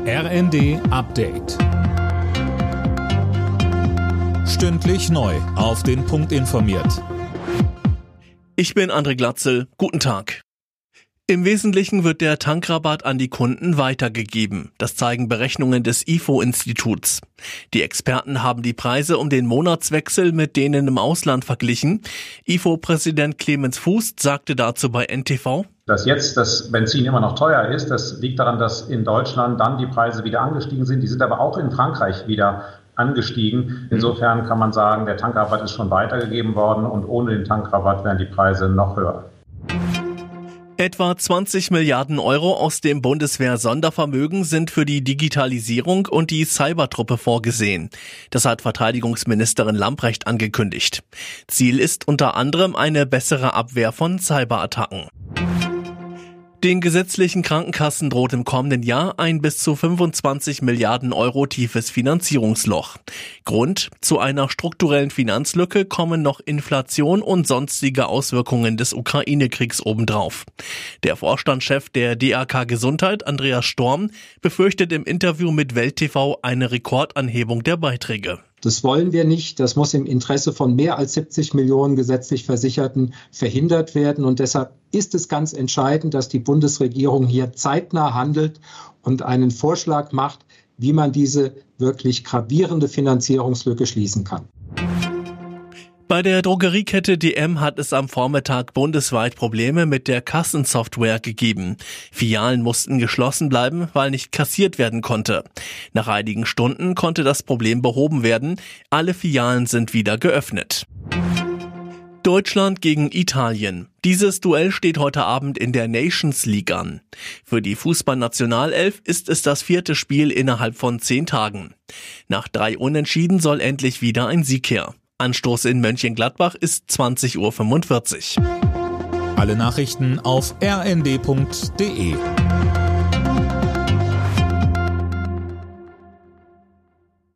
RND Update. Stündlich neu auf den Punkt informiert. Ich bin André Glatzel. Guten Tag. Im Wesentlichen wird der Tankrabatt an die Kunden weitergegeben. Das zeigen Berechnungen des IFO-Instituts. Die Experten haben die Preise um den Monatswechsel mit denen im Ausland verglichen. IFO-Präsident Clemens Fuß sagte dazu bei NTV: Dass jetzt das Benzin immer noch teuer ist, das liegt daran, dass in Deutschland dann die Preise wieder angestiegen sind. Die sind aber auch in Frankreich wieder angestiegen. Insofern kann man sagen, der Tankrabatt ist schon weitergegeben worden und ohne den Tankrabatt wären die Preise noch höher. Etwa 20 Milliarden Euro aus dem Bundeswehr-Sondervermögen sind für die Digitalisierung und die Cybertruppe vorgesehen. Das hat Verteidigungsministerin Lambrecht angekündigt. Ziel ist unter anderem eine bessere Abwehr von Cyberattacken. Den gesetzlichen Krankenkassen droht im kommenden Jahr ein bis zu 25 Milliarden Euro tiefes Finanzierungsloch. Grund: zu einer strukturellen Finanzlücke kommen noch Inflation und sonstige Auswirkungen des Ukraine-Kriegs obendrauf. Der Vorstandschef der DAK Gesundheit, Andreas Storm, befürchtet im Interview mit Welt TV eine Rekordanhebung der Beiträge. Das wollen wir nicht. Das muss im Interesse von mehr als 70 Millionen gesetzlich Versicherten verhindert werden. Und deshalb ist es ganz entscheidend, dass die Bundesregierung hier zeitnah handelt und einen Vorschlag macht, wie man diese wirklich gravierende Finanzierungslücke schließen kann. Bei der Drogeriekette DM hat es am Vormittag bundesweit Probleme mit der Kassensoftware gegeben. Filialen mussten geschlossen bleiben, weil nicht kassiert werden konnte. Nach einigen Stunden konnte das Problem behoben werden. Alle Filialen sind wieder geöffnet. Deutschland gegen Italien. Dieses Duell steht heute Abend in der Nations League an. Für die Fußballnationalelf ist es das 4. Spiel innerhalb von 10 Tagen. Nach 3 Unentschieden soll endlich wieder ein Sieg her. Anstoß in Mönchengladbach ist 20:45 Uhr. Alle Nachrichten auf rnd.de.